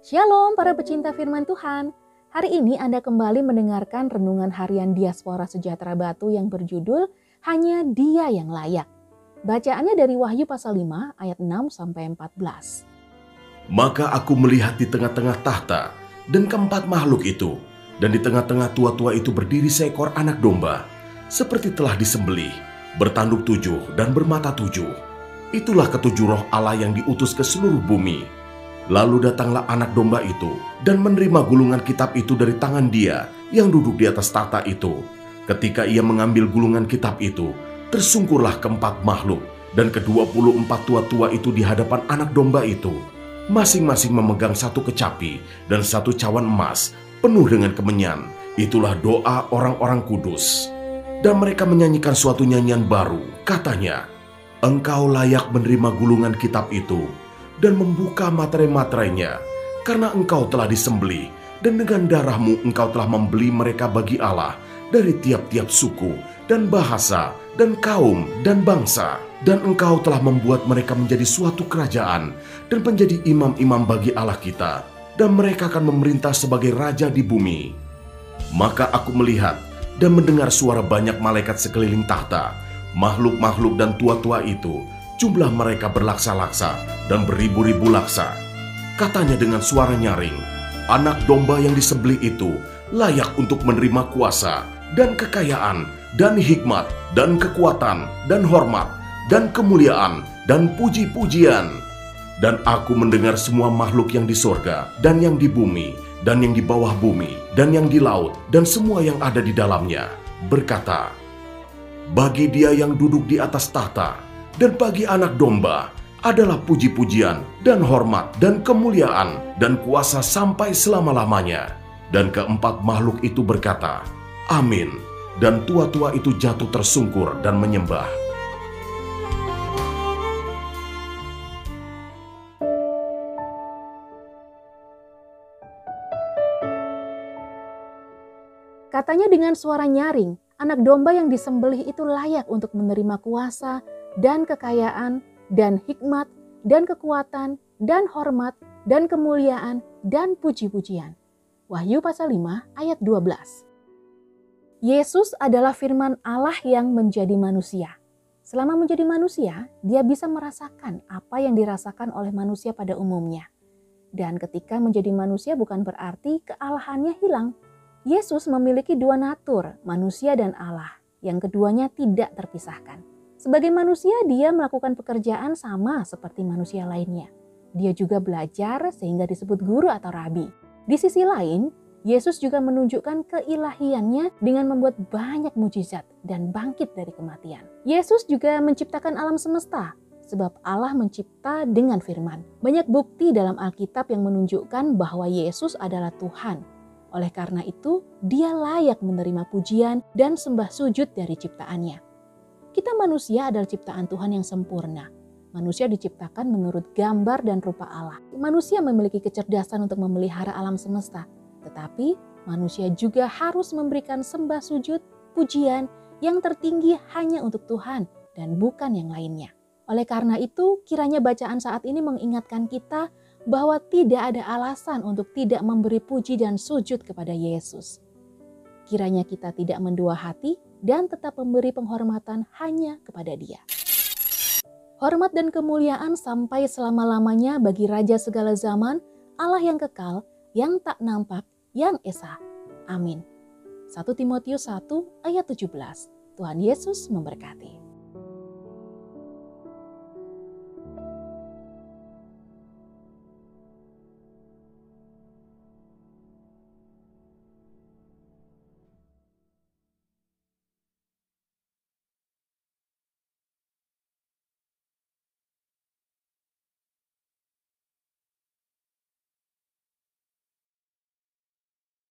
Shalom para pecinta firman Tuhan. Hari ini Anda kembali mendengarkan renungan harian Diaspora Sejahtera Batu yang berjudul Hanya Dia yang Layak. Bacaannya dari Wahyu pasal 5 ayat 6-14. Maka aku melihat di tengah-tengah tahta dan keempat makhluk itu, dan di tengah-tengah tua-tua itu berdiri seekor anak domba, seperti telah disembelih, bertanduk 7 dan bermata 7. Itulah ketujuh roh Allah yang diutus ke seluruh bumi. Lalu datanglah anak domba itu dan menerima gulungan kitab itu dari tangan dia yang duduk di atas tahta itu. Ketika ia mengambil gulungan kitab itu, tersungkurlah keempat makhluk dan ke-24 tua-tua itu di hadapan anak domba itu. Masing-masing memegang satu kecapi dan satu cawan emas penuh dengan kemenyan. Itulah doa orang-orang kudus. Dan mereka menyanyikan suatu nyanyian baru. Katanya, Engkau layak menerima gulungan kitab itu dan membuka materai-materainya, karena engkau telah disembelih, dan dengan darahmu engkau telah membeli mereka bagi Allah dari tiap-tiap suku, dan bahasa, dan kaum, dan bangsa. Dan engkau telah membuat mereka menjadi suatu kerajaan, dan menjadi imam-imam bagi Allah kita, dan mereka akan memerintah sebagai raja di bumi. Maka aku melihat dan mendengar suara banyak malaikat sekeliling tahta, makhluk-makhluk dan tua-tua itu. Jumlah mereka berlaksa-laksa dan beribu-ribu laksa. Katanya dengan suara nyaring, anak domba yang disembelih itu layak untuk menerima kuasa dan kekayaan dan hikmat dan kekuatan dan hormat dan kemuliaan dan puji-pujian. Dan aku mendengar semua makhluk yang di sorga dan yang di bumi dan yang di bawah bumi dan yang di laut dan semua yang ada di dalamnya berkata, bagi Dia yang duduk di atas tahta dan bagi anak domba adalah puji-pujian dan hormat dan kemuliaan dan kuasa sampai selama-lamanya. Dan keempat makhluk itu berkata, Amin. Dan tua-tua itu jatuh tersungkur dan menyembah. Katanya dengan suara nyaring, anak domba yang disembelih itu layak untuk menerima kuasa dan kekayaan, dan hikmat, dan kekuatan, dan hormat, dan kemuliaan, dan puji-pujian. Wahyu pasal 5 ayat 12. Yesus adalah firman Allah yang menjadi manusia. Selama menjadi manusia, dia bisa merasakan apa yang dirasakan oleh manusia pada umumnya. Dan ketika menjadi manusia bukan berarti kealahannya hilang. Yesus memiliki dua natur, manusia dan Allah, yang keduanya tidak terpisahkan. Sebagai manusia, dia melakukan pekerjaan sama seperti manusia lainnya. Dia juga belajar sehingga disebut guru atau rabi. Di sisi lain, Yesus juga menunjukkan keilahiannya dengan membuat banyak mujizat dan bangkit dari kematian. Yesus juga menciptakan alam semesta, sebab Allah mencipta dengan firman. Banyak bukti dalam Alkitab yang menunjukkan bahwa Yesus adalah Tuhan. Oleh karena itu, dia layak menerima pujian dan sembah sujud dari ciptaannya. Kita manusia adalah ciptaan Tuhan yang sempurna. Manusia diciptakan menurut gambar dan rupa Allah. Manusia memiliki kecerdasan untuk memelihara alam semesta. Tetapi manusia juga harus memberikan sembah sujud, pujian yang tertinggi hanya untuk Tuhan dan bukan yang lainnya. Oleh karena itu, kiranya bacaan saat ini mengingatkan kita bahwa tidak ada alasan untuk tidak memberi puji dan sujud kepada Yesus. Kiranya kita tidak mendua hati dan tetap memberi penghormatan hanya kepada Dia. Hormat dan kemuliaan sampai selama-lamanya bagi Raja segala zaman, Allah yang kekal, yang tak nampak, yang esa. Amin. 1 Timotius 1 ayat 17. Tuhan Yesus memberkati.